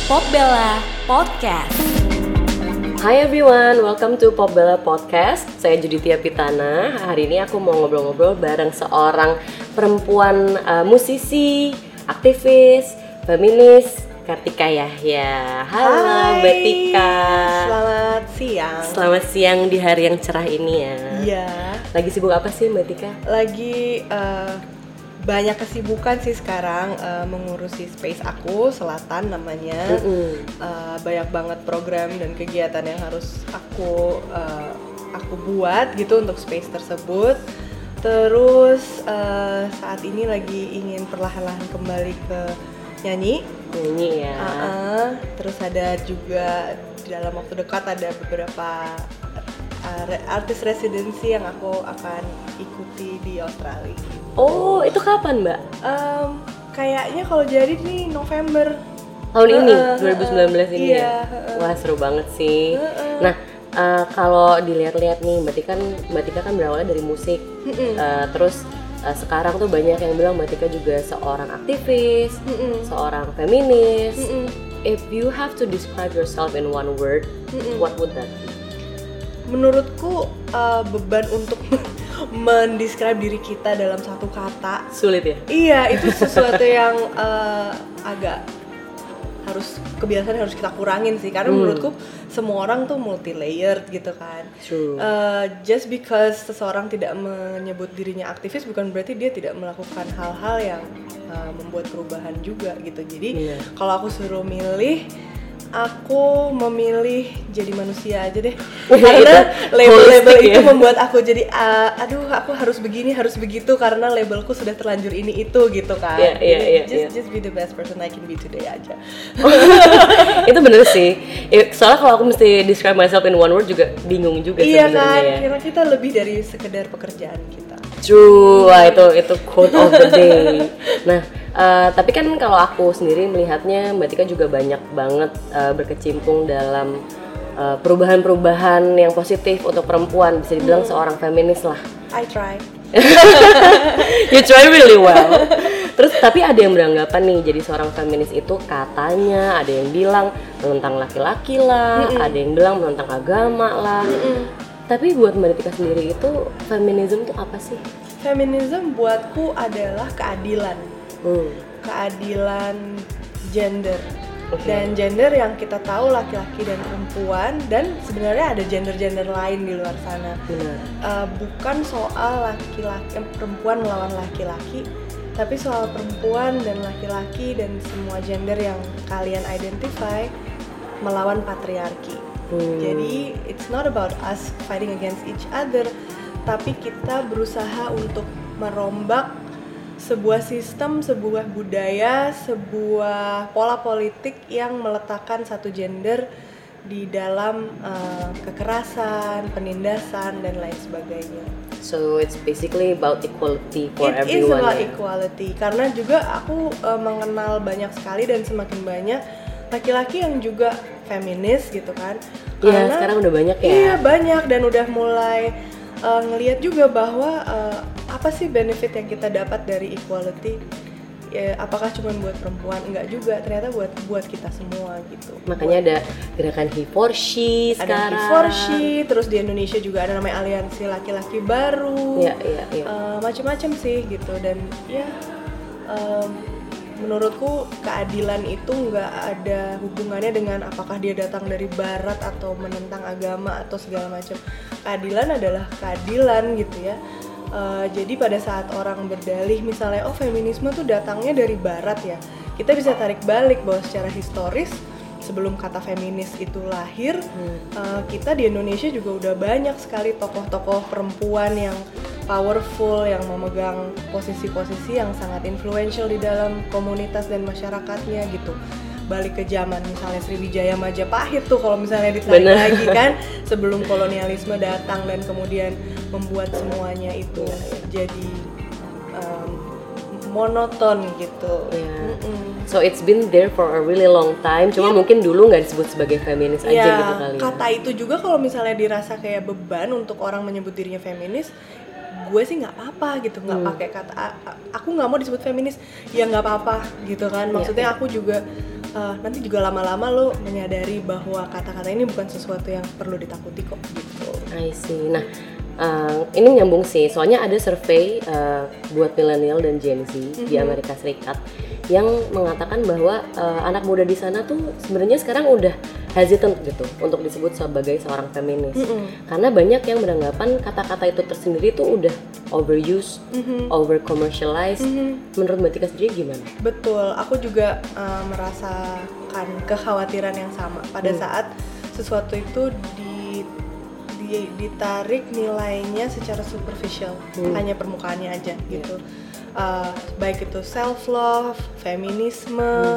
Popbella Podcast. Hi everyone, welcome to Popbella Podcast. Saya Judithia Pitana. Hari ini aku mau ngobrol-ngobrol bareng seorang perempuan musisi, aktivis, feminis, Kartika Yahya. Halo Mbak Tika. Selamat siang. Selamat siang di hari yang cerah ini ya. Iya. Lagi sibuk apa sih Mbak Tika? Lagi banyak kesibukan sih sekarang, mengurusi space aku, Selatan namanya. Banyak banget program dan kegiatan yang harus aku buat gitu untuk space tersebut. Terus saat ini lagi ingin perlahan-lahan kembali ke nyanyi ya. Terus ada juga di dalam waktu dekat ada beberapa artis residensi yang aku akan ikuti di Australia. Oh, itu kapan Mbak? Kayaknya kalau jadi nih November Tahun ini, 2019 ini iya, ya? Wah seru banget sih. Nah, kalau dilihat-lihat nih, Mbak Tika kan berawalnya dari musik. Terus sekarang tuh banyak yang bilang Mbak Tika juga seorang aktivis, seorang feminis. If you have to describe yourself in one word, what would that be? Menurutku beban untuk mendescribe diri kita dalam satu kata Sulit ya? Iya, itu sesuatu yang agak kebiasaan harus kita kurangin sih, karena menurutku semua orang tuh multi layered gitu kan. True. Just because seseorang tidak menyebut dirinya aktivis bukan berarti dia tidak melakukan hal-hal yang membuat perubahan juga gitu. Jadi kalau aku suruh milih, aku memilih jadi manusia aja deh. Karena label-label itu membuat aku jadi aku harus begini, harus begitu karena labelku sudah terlanjur ini itu gitu kan. Just be the best person I can be today aja. Itu bener sih. Soalnya kalau aku mesti describe myself in one word juga bingung juga sebenarnya. Iya kan, karena kita lebih dari sekedar pekerjaan kita. True, wah itu quote of the day. Nah, tapi kan kalau aku sendiri melihatnya Mbak Tika juga banyak banget berkecimpung dalam perubahan-perubahan yang positif untuk perempuan, bisa dibilang seorang feminis lah. I try. You try really well. Terus tapi ada yang beranggapan nih, jadi seorang feminis itu katanya ada yang bilang menentang laki-laki lah, ada yang bilang menentang agama lah. Tapi buat Mbak Tika sendiri itu feminisme itu apa sih? Feminisme buatku adalah keadilan. Keadilan gender. Dan gender yang kita tahu laki-laki dan perempuan, dan sebenarnya ada gender-gender lain di luar sana. Bukan soal perempuan melawan laki-laki, tapi soal perempuan dan laki-laki dan semua gender yang kalian identify melawan patriarki. Jadi it's not about us fighting against each other, tapi kita berusaha untuk merombak sebuah sistem, sebuah budaya, sebuah pola politik yang meletakkan satu gender di dalam kekerasan, penindasan, dan lain sebagainya. So it's basically about equality for everyone. It is about equality, karena juga aku mengenal banyak sekali dan semakin banyak laki-laki yang juga feminis gitu kan. Iya, sekarang udah banyak ya. Iya, banyak, dan udah mulai ngelihat juga bahwa apa sih benefit yang kita dapat dari equality. Ya, apakah cuma buat perempuan? Enggak juga, ternyata buat kita semua gitu. Makanya ada gerakan He4She sekarang. Ada He4She, terus di Indonesia juga ada namanya Aliansi Laki-Laki Baru. Iya. Macam-macam sih gitu, dan ya menurutku keadilan itu nggak ada hubungannya dengan apakah dia datang dari barat atau menentang agama atau segala macam. Keadilan adalah keadilan gitu ya. Jadi pada saat orang berdalih misalnya feminisme tuh datangnya dari barat ya, kita bisa tarik balik bahwa secara historis sebelum kata feminis itu lahir, kita di Indonesia juga udah banyak sekali tokoh-tokoh perempuan yang powerful, yang memegang posisi-posisi yang sangat influential di dalam komunitas dan masyarakatnya gitu. Balik ke zaman misalnya Sriwijaya Majapahit tuh kalau misalnya ditarik lagi kan, sebelum kolonialisme datang dan kemudian membuat semuanya itu jadi monoton gitu. So it's been there for a really long time, cuma mungkin dulu nggak disebut sebagai feminis aja gitu kali. Kata itu juga kalau misalnya dirasa kayak beban untuk orang menyebut dirinya feminis, gue sih nggak apa-apa gitu, nggak pakai kata aku nggak mau disebut feminis, ya nggak apa-apa gitu kan. Maksudnya aku juga nanti juga lama-lama lo menyadari bahwa kata-kata ini bukan sesuatu yang perlu ditakuti kok gitu. I see. Nah, ini nyambung sih, soalnya ada survei buat milenial dan Gen Z di Amerika Serikat yang mengatakan bahwa anak muda di sana tuh sebenarnya sekarang udah hesitant gitu untuk disebut sebagai seorang feminis, karena banyak yang beranggapan kata-kata itu tersendiri tuh udah overused, over commercialized. Menurut Mbak Tika sendiri gimana? Betul, aku juga merasakan kekhawatiran yang sama pada saat sesuatu itu ditarik nilainya secara superficial, hanya permukaannya aja gitu. Baik itu self love, feminisme,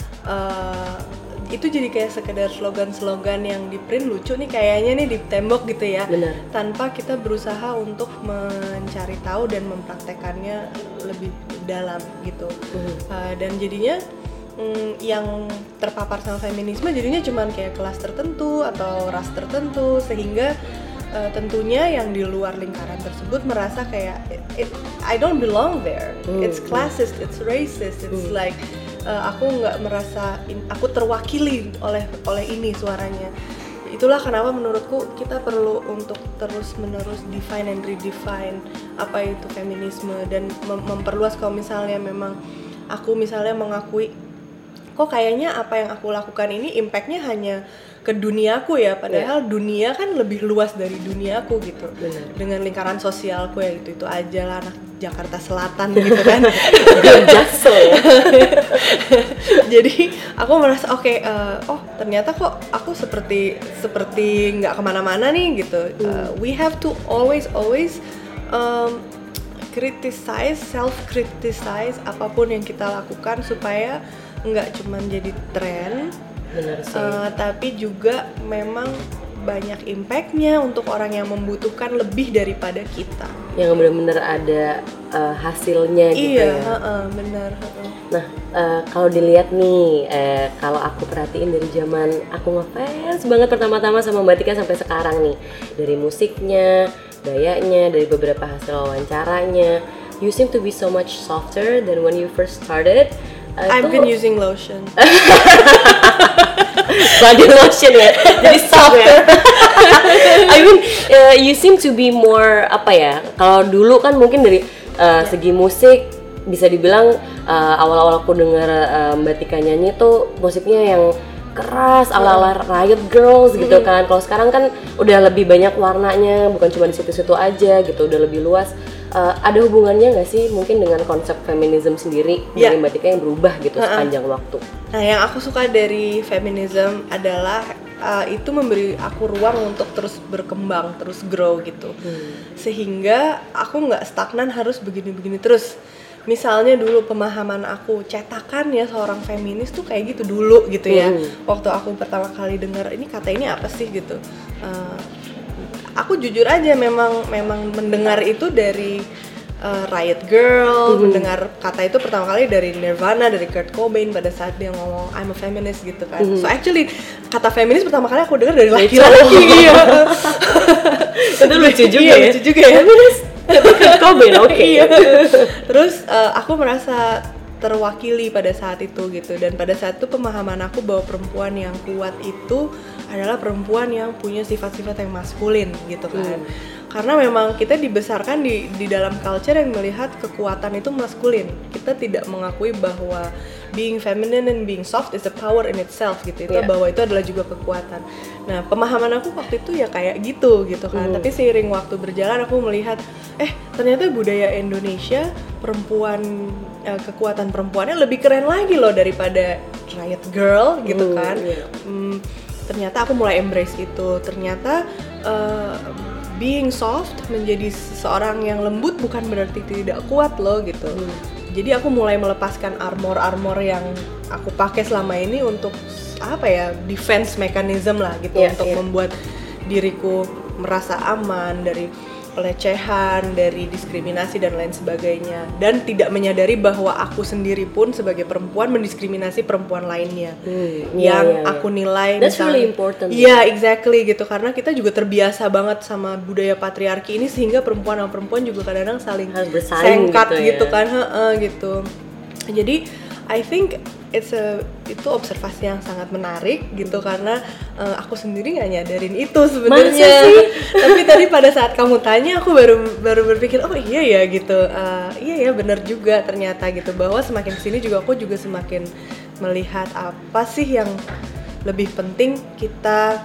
itu jadi kayak sekedar slogan-slogan yang di print lucu nih kayaknya nih di tembok gitu ya. Benar. Tanpa kita berusaha untuk mencari tahu dan mempraktekannya lebih dalam gitu. Dan jadinya yang terpapar sama feminisme jadinya cuman kayak kelas tertentu atau ras tertentu, sehingga tentunya yang di luar lingkaran tersebut merasa kayak I don't belong there. It's classist, it's racist, it's like aku nggak merasa aku terwakili oleh ini suaranya. Itulah kenapa menurutku kita perlu untuk terus-menerus define and redefine apa itu feminisme, dan memperluas. Kalau misalnya memang aku misalnya mengakui kok kayaknya apa yang aku lakukan ini impactnya hanya ke duniaku ya, padahal dunia kan lebih luas dari duniaku gitu. Benar. Dengan lingkaran sosialku ya itu aja lah, anak Jakarta Selatan gitu kan. Jadi aku merasa oh ternyata kok aku seperti nggak kemana-mana nih gitu. We have to always criticize, self-criticize apapun yang kita lakukan supaya nggak cuma jadi tren. Benar sih. Tapi juga memang banyak impactnya untuk orang yang membutuhkan lebih daripada kita. Yang benar-benar ada hasilnya gitu ya. Iya, benar. Nah, kalau dilihat nih, kalau aku perhatiin dari zaman aku ngefans banget pertama-tama sama Mbak Tika sampai sekarang nih, dari musiknya, gayanya, dari beberapa hasil wawancaranya, you seem to be so much softer than when you first started. I've been using lotion. Body lotion ya, jadi soft ya. I mean, you seem to be more apa ya? Kalau dulu kan mungkin dari segi musik bisa dibilang awal-awal aku denger Mbak Tika nyanyi tuh musiknya yang keras ala-ala Riot Girls gitu kan. Kalau sekarang kan udah lebih banyak warnanya, bukan cuma di situ-situ aja gitu, udah lebih luas. Ada hubungannya nggak sih mungkin dengan konsep feminisme sendiri dari Mbak Tika yang berubah gitu sepanjang waktu? Nah, yang aku suka dari feminisme adalah itu memberi aku ruang untuk terus berkembang, terus grow gitu. Sehingga aku nggak stagnan harus begini-begini terus. Misalnya dulu pemahaman aku, cetakan ya seorang feminis tuh kayak gitu dulu gitu ya. Waktu aku pertama kali dengar ini kata ini apa sih gitu. Aku jujur aja memang mendengar itu dari Riot Girl, mendengar kata itu pertama kali dari Nirvana, dari Kurt Cobain pada saat dia ngomong I'm a feminist gitu kan. So actually kata feminis pertama kali aku dengar dari laki-laki. Itu lucu juga ya. Lucu juga ya. Kurt Cobain, oke. Terus aku merasa terwakili pada saat itu gitu, dan pada saat itu pemahaman aku bahwa perempuan yang kuat itu adalah perempuan yang punya sifat-sifat yang maskulin gitu kan. Karena memang kita dibesarkan di dalam culture yang melihat kekuatan itu maskulin. Kita tidak mengakui bahwa being feminine and being soft is a power in itself gitu. Itu bahwa itu adalah juga kekuatan. Nah, pemahaman aku waktu itu ya kayak gitu kan. Tapi seiring waktu berjalan aku melihat ternyata budaya Indonesia perempuan kekuatan perempuannya lebih keren lagi loh daripada Riot Girl gitu kan. Ternyata aku mulai embrace itu. Ternyata being soft, menjadi seseorang yang lembut bukan berarti tidak kuat loh gitu. Jadi aku mulai melepaskan armor yang aku pakai selama ini untuk defense mechanism lah gitu, untuk membuat diriku merasa aman dari pelecehan, dari diskriminasi dan lain sebagainya, dan tidak menyadari bahwa aku sendiri pun sebagai perempuan mendiskriminasi perempuan lainnya yang aku nilai. That's really important. Iya, exactly gitu, karena kita juga terbiasa banget sama budaya patriarki ini sehingga perempuan sama perempuan juga kadang-kadang saling sengkat gitu kan, gitu. Jadi I think itu observasi yang sangat menarik gitu, karena aku sendiri nggak nyadarin itu sebenarnya. Tapi tadi pada saat kamu tanya aku baru berpikir oh iya ya gitu, iya ya benar juga ternyata gitu, bahwa semakin kesini juga aku juga semakin melihat apa sih yang lebih penting kita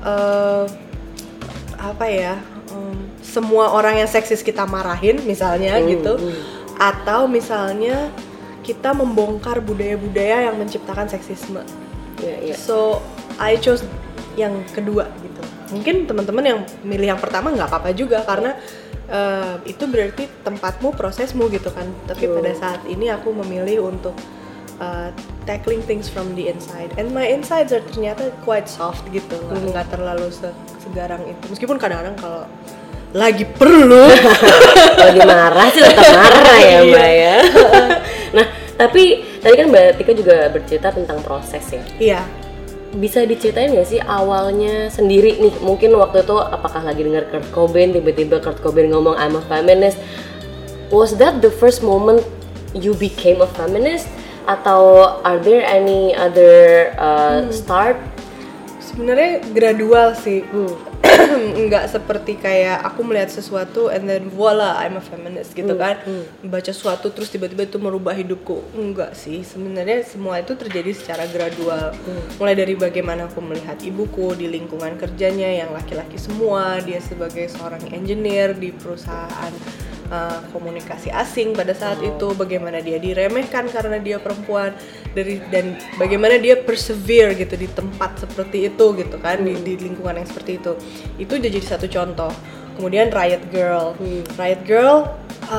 semua orang yang seksis kita marahin misalnya gitu, atau misalnya kita membongkar budaya-budaya yang menciptakan seksisme. So I chose yang kedua gitu. Mungkin teman-teman yang milih yang pertama nggak apa-apa juga, karena itu berarti tempatmu, prosesmu gitu kan. Tapi pada saat ini aku memilih untuk tackling things from the inside, and my insides are ternyata quite soft gitu, nggak terlalu segarang itu. Meskipun kadang-kadang kalau lagi perlu lagi marah sih tetap marah ya Mbak ya. Nah tapi tadi kan Mbak Tika juga bercerita tentang proses ya. Iya. Bisa diceritain nggak sih awalnya sendiri nih, mungkin waktu itu apakah lagi dengar Kurt Cobain, tiba-tiba Kurt Cobain ngomong I'm a feminist, was that the first moment you became a feminist, atau are there any other start? Sebenarnya gradual sih. Nggak seperti kayak aku melihat sesuatu and then voila I'm a feminist gitu kan. Baca sesuatu terus tiba-tiba itu merubah hidupku. Enggak sih, sebenarnya semua itu terjadi secara gradual. Mulai dari bagaimana aku melihat ibuku di lingkungan kerjanya yang laki-laki semua, dia sebagai seorang engineer di perusahaan komunikasi asing pada saat itu, bagaimana dia diremehkan karena dia perempuan, dan bagaimana dia persevere gitu di tempat seperti itu gitu kan, di lingkungan yang seperti itu udah jadi satu contoh. Kemudian Riot Girl,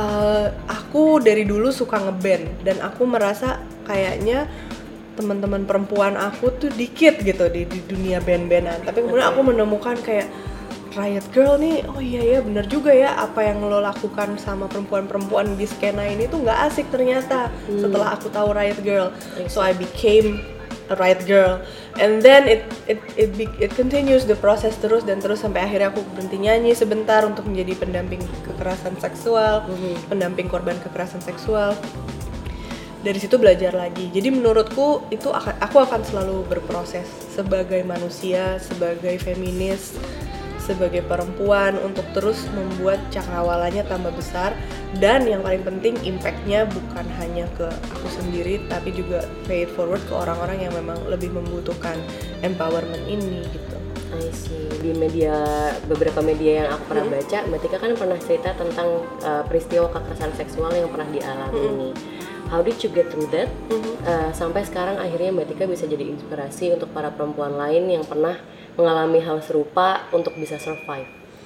aku dari dulu suka ngeband dan aku merasa kayaknya teman-teman perempuan aku tuh dikit gitu di dunia band-bandan, tapi kemudian aku menemukan kayak Riot Girl nih, oh iya ya benar juga ya, apa yang lo lakukan sama perempuan-perempuan di skena ini tuh nggak asik ternyata. Setelah aku tahu Riot Girl, so I became a Riot Girl, and then it continues the process terus sampai akhirnya aku berhenti nyanyi sebentar untuk menjadi pendamping kekerasan seksual, pendamping korban kekerasan seksual. Dari situ belajar lagi. Jadi menurutku itu aku akan selalu berproses sebagai manusia, sebagai feminis, sebagai perempuan, untuk terus membuat cakrawalannya tambah besar, dan yang paling penting impact-nya bukan hanya ke aku sendiri tapi juga pay it forward ke orang-orang yang memang lebih membutuhkan empowerment ini gitu. I see. Di beberapa media yang aku pernah baca, Mbak Tika kan pernah cerita tentang peristiwa kekerasan seksual yang pernah dialami ini. How did you get through that? Sampai sekarang akhirnya Mbak Tika bisa jadi inspirasi untuk para perempuan lain yang pernah mengalami hal serupa untuk bisa survive.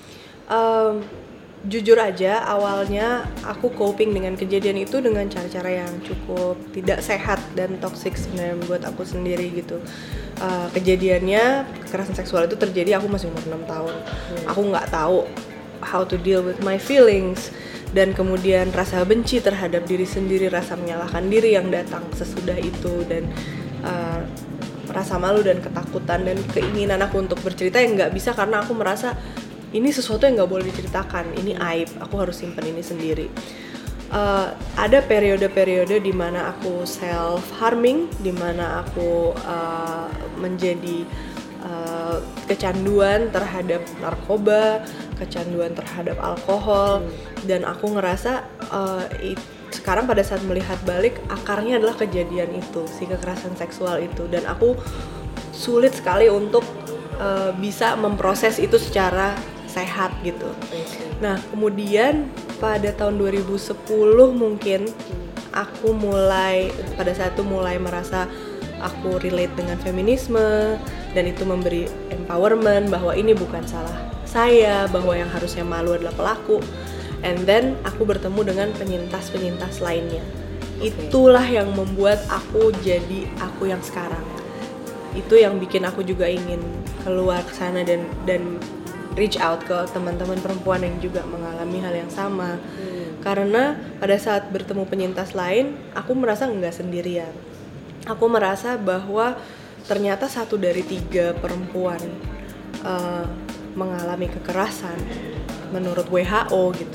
Jujur aja awalnya aku coping dengan kejadian itu dengan cara-cara yang cukup tidak sehat dan toxic sebenarnya buat aku sendiri gitu. Kejadiannya kekerasan seksual itu terjadi aku masih umur 6 tahun. Aku nggak tahu how to deal with my feelings, dan kemudian rasa benci terhadap diri sendiri, rasa menyalahkan diri yang datang sesudah itu, dan rasa malu dan ketakutan dan keinginan aku untuk bercerita yang nggak bisa karena aku merasa ini sesuatu yang nggak boleh diceritakan, ini aib, aku harus simpan ini sendiri. Ada periode-periode di mana aku self harming, di mana aku menjadi kecanduan terhadap narkoba, kecanduan terhadap alkohol, dan aku ngerasa sekarang pada saat melihat balik akarnya adalah kejadian itu, si kekerasan seksual itu, dan aku sulit sekali untuk bisa memproses itu secara sehat gitu. Nah kemudian pada tahun 2010 mungkin aku pada saat itu mulai merasa aku relate dengan feminisme, dan itu memberi empowerment bahwa ini bukan salah saya, bahwa yang harusnya malu adalah pelaku. And then aku bertemu dengan penyintas-penyintas lainnya. Itulah yang membuat aku jadi aku yang sekarang. Itu yang bikin aku juga ingin keluar ke sana dan reach out ke teman-teman perempuan yang juga mengalami hal yang sama. Karena pada saat bertemu penyintas lain, aku merasa nggak sendirian. Aku merasa bahwa ternyata 1 dari 3 perempuan mengalami kekerasan menurut WHO gitu.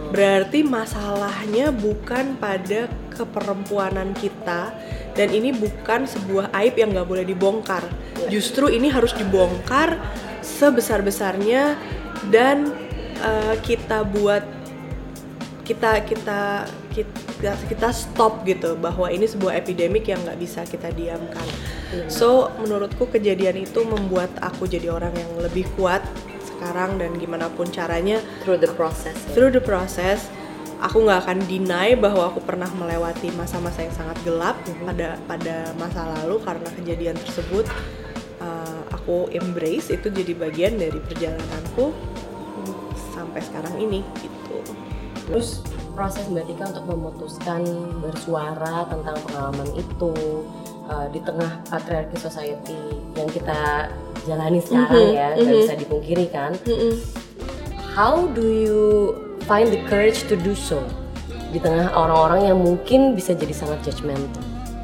berarti masalahnya bukan pada keperempuanan kita, dan ini bukan sebuah aib yang nggak boleh dibongkar. Justru ini harus dibongkar sebesar-besarnya, dan kita stop gitu, bahwa ini sebuah epidemik yang nggak bisa kita diamkan. So menurutku kejadian itu membuat aku jadi orang yang lebih kuat sekarang, dan gimana pun caranya through the process aku nggak akan deny bahwa aku pernah melewati masa-masa yang sangat gelap pada masa lalu. Karena kejadian tersebut aku embrace itu jadi bagian dari perjalananku sampai sekarang ini gitu. Terus proses Mbak Tika untuk memutuskan bersuara tentang pengalaman itu di tengah patriarchy society yang kita jalani sekarang ya, nggak bisa dipungkiri kan. How do you find the courage to do so di tengah orang-orang yang mungkin bisa jadi sangat judgmental?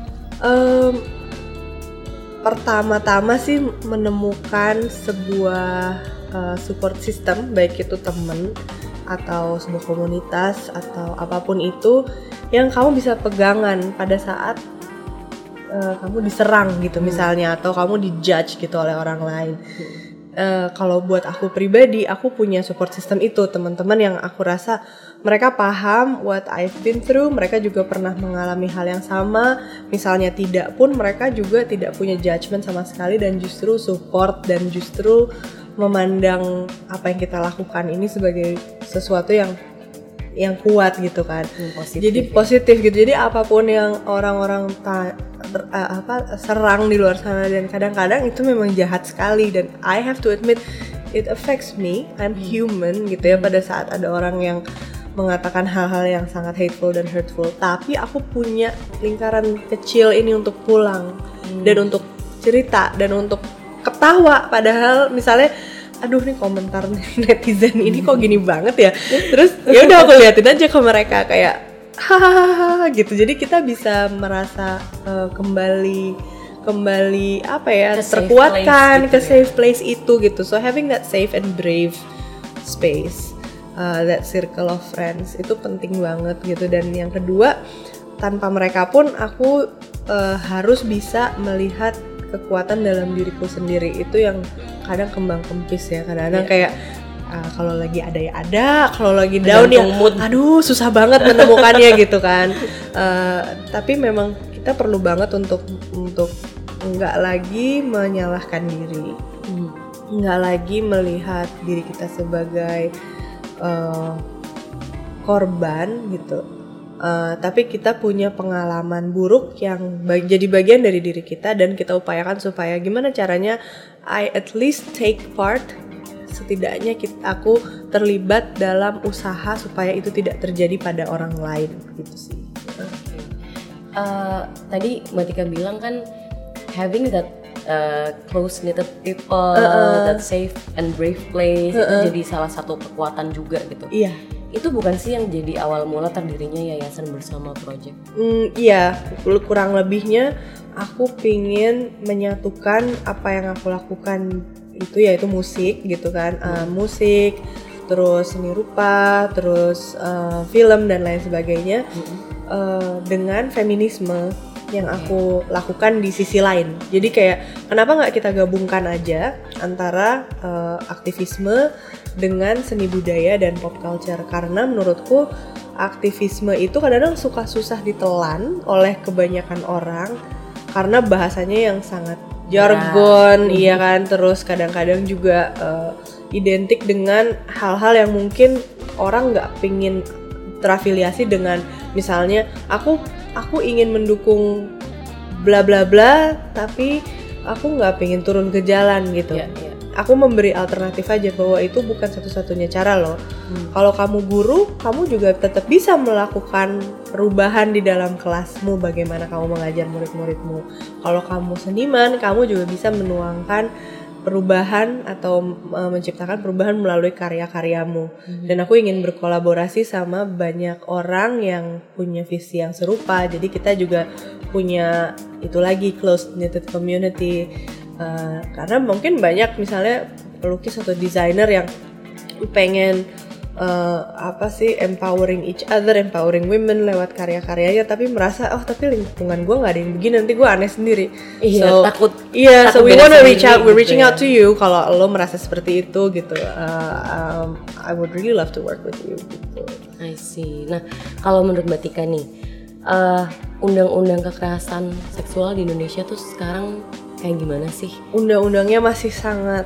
Pertama-tama sih menemukan sebuah support system, baik itu teman atau sebuah komunitas atau apapun itu yang kamu bisa pegangan pada saat kamu diserang gitu misalnya, atau kamu dijudge gitu oleh orang lain. Kalau buat aku pribadi, aku punya support system itu, teman-teman yang aku rasa mereka paham what I've been through, mereka juga pernah mengalami hal yang sama, misalnya tidak pun mereka juga tidak punya judgement sama sekali, dan justru support dan justru memandang apa yang kita lakukan ini sebagai sesuatu yang kuat gitu kan. Jadi positif gitu. Jadi apapun yang orang-orang serang di luar sana, dan kadang-kadang itu memang jahat sekali, dan I have to admit it affects me. I'm human gitu ya, pada saat ada orang yang mengatakan hal-hal yang sangat hateful dan hurtful, tapi aku punya lingkaran kecil ini untuk pulang dan untuk cerita dan untuk ketawa. Padahal misalnya aduh nih komentar netizen ini kok gini banget ya, terus ya udah aku liatin aja ke mereka kayak hahaha gitu. Jadi kita bisa merasa kembali apa ya, terkuatkan ke safe place itu gitu. So having that safe and brave space, that circle of friends itu penting banget gitu. Dan yang kedua, tanpa mereka pun aku harus bisa melihat kekuatan dalam diriku sendiri. Itu yang kadang kembang kempis ya, kadang-kadang kayak kalau lagi ada ya ada, kalau lagi down ya aduh susah banget menemukannya gitu kan. Tapi memang kita perlu banget untuk nggak lagi menyalahkan diri, nggak lagi melihat diri kita sebagai korban gitu. Tapi kita punya pengalaman buruk yang jadi bagian dari diri kita, dan kita upayakan supaya gimana caranya I at least take part, setidaknya aku terlibat dalam usaha supaya itu tidak terjadi pada orang lain gitu sih. Tadi Mbak Tika bilang kan having that close knitted people, that safe and brave place itu jadi salah satu kekuatan juga gitu. Iya. Itu bukan sih yang jadi awal mula terdirinya Yayasan Bersama Project? Iya, kurang lebihnya aku pingin menyatukan apa yang aku lakukan itu, yaitu musik gitu kan, musik, terus seni rupa, terus film dan lain sebagainya, dengan feminisme yang aku lakukan di sisi lain. Jadi kayak kenapa nggak kita gabungkan aja antara aktivisme dengan seni budaya dan pop culture, karena menurutku aktivisme itu kadang-kadang suka susah ditelan oleh kebanyakan orang karena bahasanya yang sangat jargon, iya kan, terus kadang-kadang juga identik dengan hal-hal yang mungkin orang nggak pingin terafiliasi dengan, misalnya aku ingin mendukung bla bla bla tapi aku nggak pengen turun ke jalan gitu. Aku memberi alternatif aja bahwa itu bukan satu-satunya cara loh. Kalau kamu guru, kamu juga tetap bisa melakukan perubahan di dalam kelasmu, bagaimana kamu mengajar murid-muridmu. Kalau kamu seniman, kamu juga bisa menuangkan perubahan atau menciptakan perubahan melalui karya-karyamu. Dan aku ingin berkolaborasi sama banyak orang yang punya visi yang serupa. Jadi kita juga punya itu lagi, close knitted community. Karena mungkin banyak misalnya pelukis atau desainer yang pengen empowering each other, empowering women lewat karya-karyanya, tapi merasa tapi lingkungan gue nggak ada yang begini, nanti gue aneh sendiri. Takut so we wanna reach out, we're gitu reaching out to you kalau lo merasa seperti itu gitu. I would really love to work with you gitu. I see. Nah, kalau menurut Mbak Tika nih, undang-undang kekerasan seksual di Indonesia tuh sekarang kayak gimana sih? Undang-undangnya masih sangat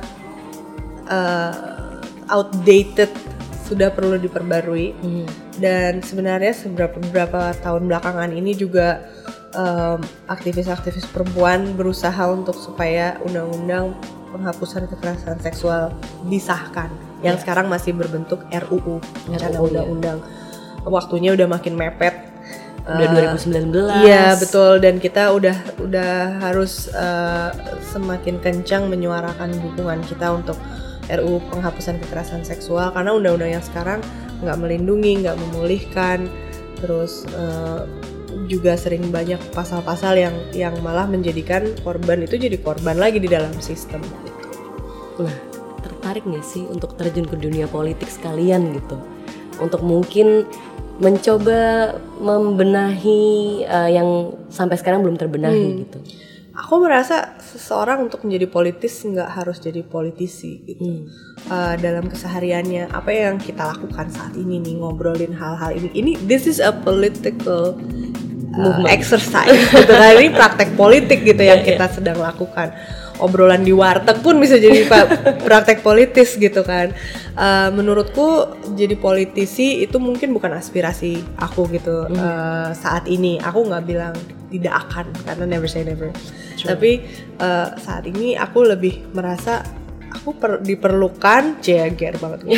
outdated, sudah perlu diperbarui. Dan sebenarnya beberapa tahun belakangan ini juga aktivis-aktivis perempuan berusaha untuk supaya undang-undang penghapusan kekerasan seksual disahkan, yang sekarang masih berbentuk RUU, rencana undang-undang. Waktunya udah makin mepet. Udah 2019. Iya betul, dan kita udah harus semakin kencang menyuarakan dukungan kita untuk RUU penghapusan kekerasan seksual, karena undang-undang yang sekarang nggak melindungi, nggak memulihkan, terus juga sering banyak pasal-pasal yang malah menjadikan korban itu jadi korban lagi di dalam sistem. Nah, tertarik nggak sih untuk terjun ke dunia politik sekalian gitu, untuk mungkin mencoba membenahi yang sampai sekarang belum terbenahi gitu? Aku merasa seseorang untuk menjadi politis nggak harus jadi politisi gitu. Dalam kesehariannya, apa yang kita lakukan saat ini nih, ngobrolin hal-hal ini this is a political exercise gitu kan, ini praktek politik gitu yang kita sedang lakukan. Obrolan di warteg pun bisa jadi praktek politis gitu kan. Menurutku jadi politisi itu mungkin bukan aspirasi aku gitu. Saat ini aku nggak bilang tidak akan, karena never say never. Tapi saat ini aku lebih merasa aku diperlukan, jager banget.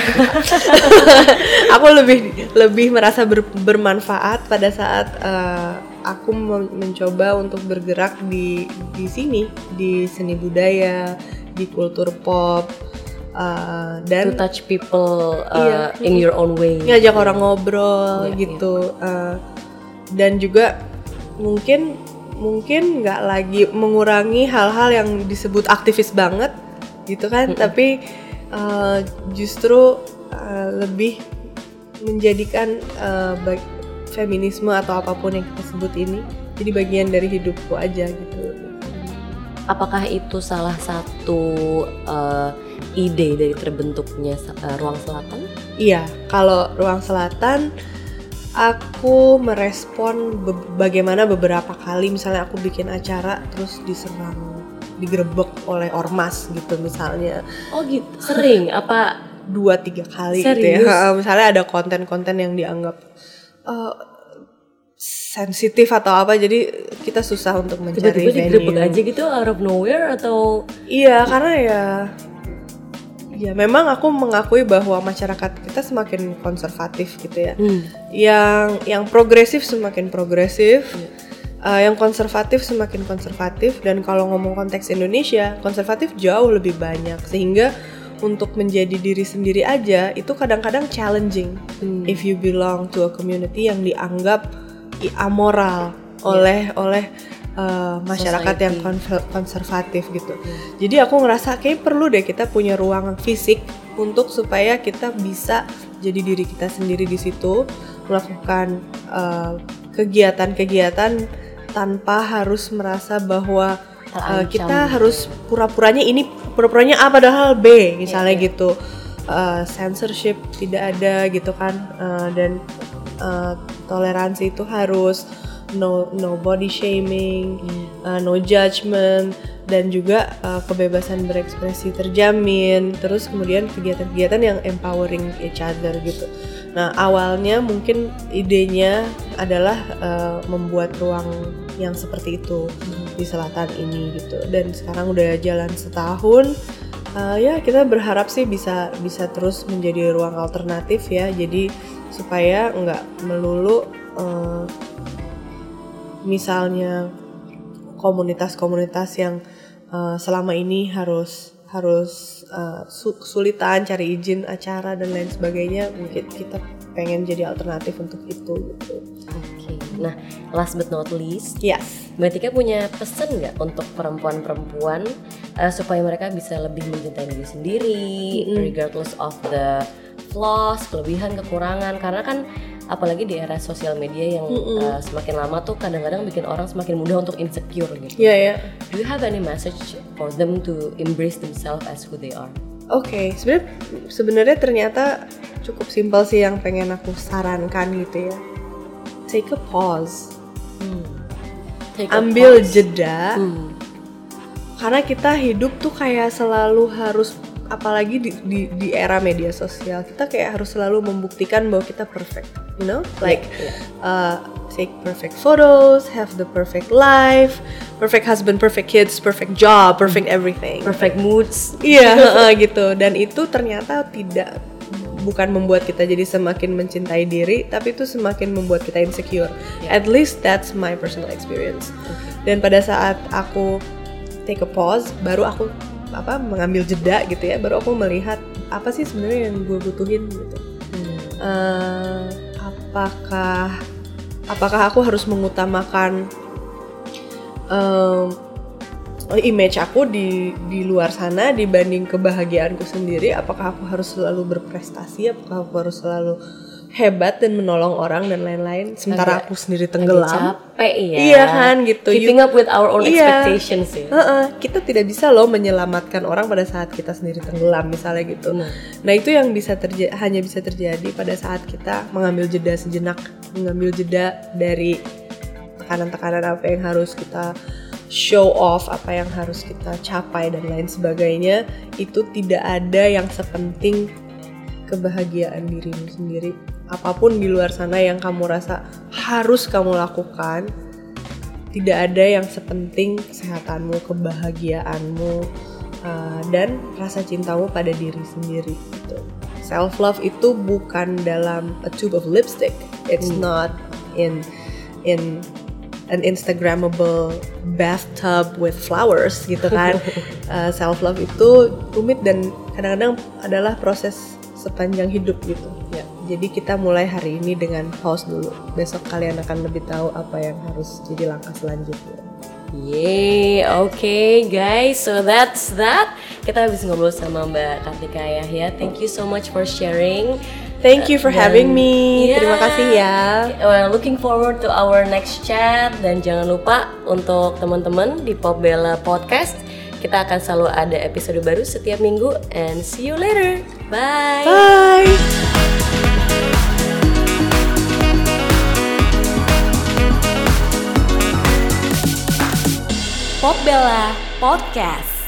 Aku lebih merasa bermanfaat pada saat aku mencoba untuk bergerak di sini, di seni budaya, di kultur pop, dan to touch people in your own way, ngajak orang ngobrol gitu. Dan juga mungkin nggak lagi mengurangi hal-hal yang disebut aktivis banget gitu kan, tapi justru lebih menjadikan feminisme atau apapun yang kita sebut ini jadi bagian dari hidupku aja gitu. Apakah itu salah satu ide dari terbentuknya Ruang Selatan? Iya, kalau Ruang Selatan aku merespon bagaimana beberapa kali misalnya aku bikin acara terus digerebek oleh ormas gitu misalnya. Oh gitu, sering? Apa 2-3 kali serius? Gitu ya. Misalnya ada konten-konten yang dianggap sensitif atau apa, jadi kita susah untuk mencari venue. Tiba-tiba digerebek aja gitu out of nowhere atau? Iya, karena ya memang aku mengakui bahwa masyarakat kita semakin konservatif gitu ya. Yang progresif semakin progresif, yang konservatif semakin konservatif, dan kalau ngomong konteks Indonesia, konservatif jauh lebih banyak, sehingga untuk menjadi diri sendiri aja itu kadang-kadang challenging. If you belong to a community yang dianggap amoral oleh masyarakat yang konservatif gitu. Jadi aku ngerasa kayak perlu deh kita punya ruang fisik untuk supaya kita bisa jadi diri kita sendiri di situ, melakukan kegiatan-kegiatan tanpa harus merasa bahwa kita harus pura-puranya A padahal B misalnya gitu. Censorship tidak ada gitu kan, dan toleransi itu harus no body shaming, no judgment, dan juga kebebasan berekspresi terjamin. Terus kemudian kegiatan-kegiatan yang empowering each other gitu. Nah awalnya mungkin idenya adalah membuat ruang yang seperti itu di selatan ini gitu. Dan sekarang udah jalan setahun. Ya kita berharap sih bisa terus menjadi ruang alternatif ya. Jadi supaya nggak melulu misalnya komunitas-komunitas yang selama ini harus kesulitan cari izin acara dan lain sebagainya, mungkin kita pengen jadi alternatif untuk itu gitu. Oke. Nah, last but not least, yes, Mbak Tika punya pesan nggak untuk perempuan-perempuan supaya mereka bisa lebih mencintai diri sendiri, regardless of the flaws, kelebihan, kekurangan. Karena kan apalagi di era sosial media yang semakin lama tuh kadang-kadang bikin orang semakin mudah untuk insecure gitu. Iya. Do you have any message for them to embrace themselves as who they are? Oke, sebenarnya ternyata cukup simpel sih yang pengen aku sarankan gitu ya. Take a pause. Ambil jeda. Karena kita hidup tuh kayak selalu harus, apalagi di era media sosial, kita kayak harus selalu membuktikan bahwa kita perfect, you know, like take perfect photos, have the perfect life, perfect husband, perfect kids, perfect job, perfect everything, perfect moods. Iya, gitu. Dan itu ternyata bukan membuat kita jadi semakin mencintai diri, tapi itu semakin membuat kita insecure. At least that's my personal experience. Dan pada saat aku take a pause, baru aku mengambil jeda gitu ya, baru aku melihat apa sih sebenarnya yang gue butuhin gitu. Apakah aku harus mengutamakan image aku di luar sana dibanding kebahagiaanku sendiri? Apakah aku harus selalu berprestasi? Apakah aku harus selalu hebat dan menolong orang dan lain-lain sementara aku sendiri tenggelam? Capek ya. Iya kan gitu. Keeping up with our own expectations ya. Kita tidak bisa loh menyelamatkan orang pada saat kita sendiri tenggelam misalnya gitu. Nah itu yang hanya bisa terjadi pada saat kita mengambil jeda sejenak, mengambil jeda dari tekanan-tekanan apa yang harus kita show off, apa yang harus kita capai dan lain sebagainya. Itu tidak ada yang sepenting kebahagiaan dirimu sendiri. Apapun di luar sana yang kamu rasa harus kamu lakukan, tidak ada yang sepenting kesehatanmu, kebahagiaanmu, dan rasa cintamu pada diri sendiri gitu. Self love itu bukan dalam a tube of lipstick. It's not in an Instagrammable bathtub with flowers gitu kan. Self love itu rumit dan kadang-kadang adalah proses sepanjang hidup gitu. Ya. Jadi kita mulai hari ini dengan pause dulu. Besok kalian akan lebih tahu apa yang harus jadi langkah selanjutnya. Yeay, okay guys, so that's that. Kita habis ngobrol sama Mbak Kartika Yahya. Thank you so much for sharing. Thank you for having me. Terima kasih ya. Looking forward to our next chat. Dan jangan lupa untuk teman-teman di Pop Bella Podcast, kita akan selalu ada episode baru setiap minggu. And see you later. Bye. Bye. Pop Bella Podcast.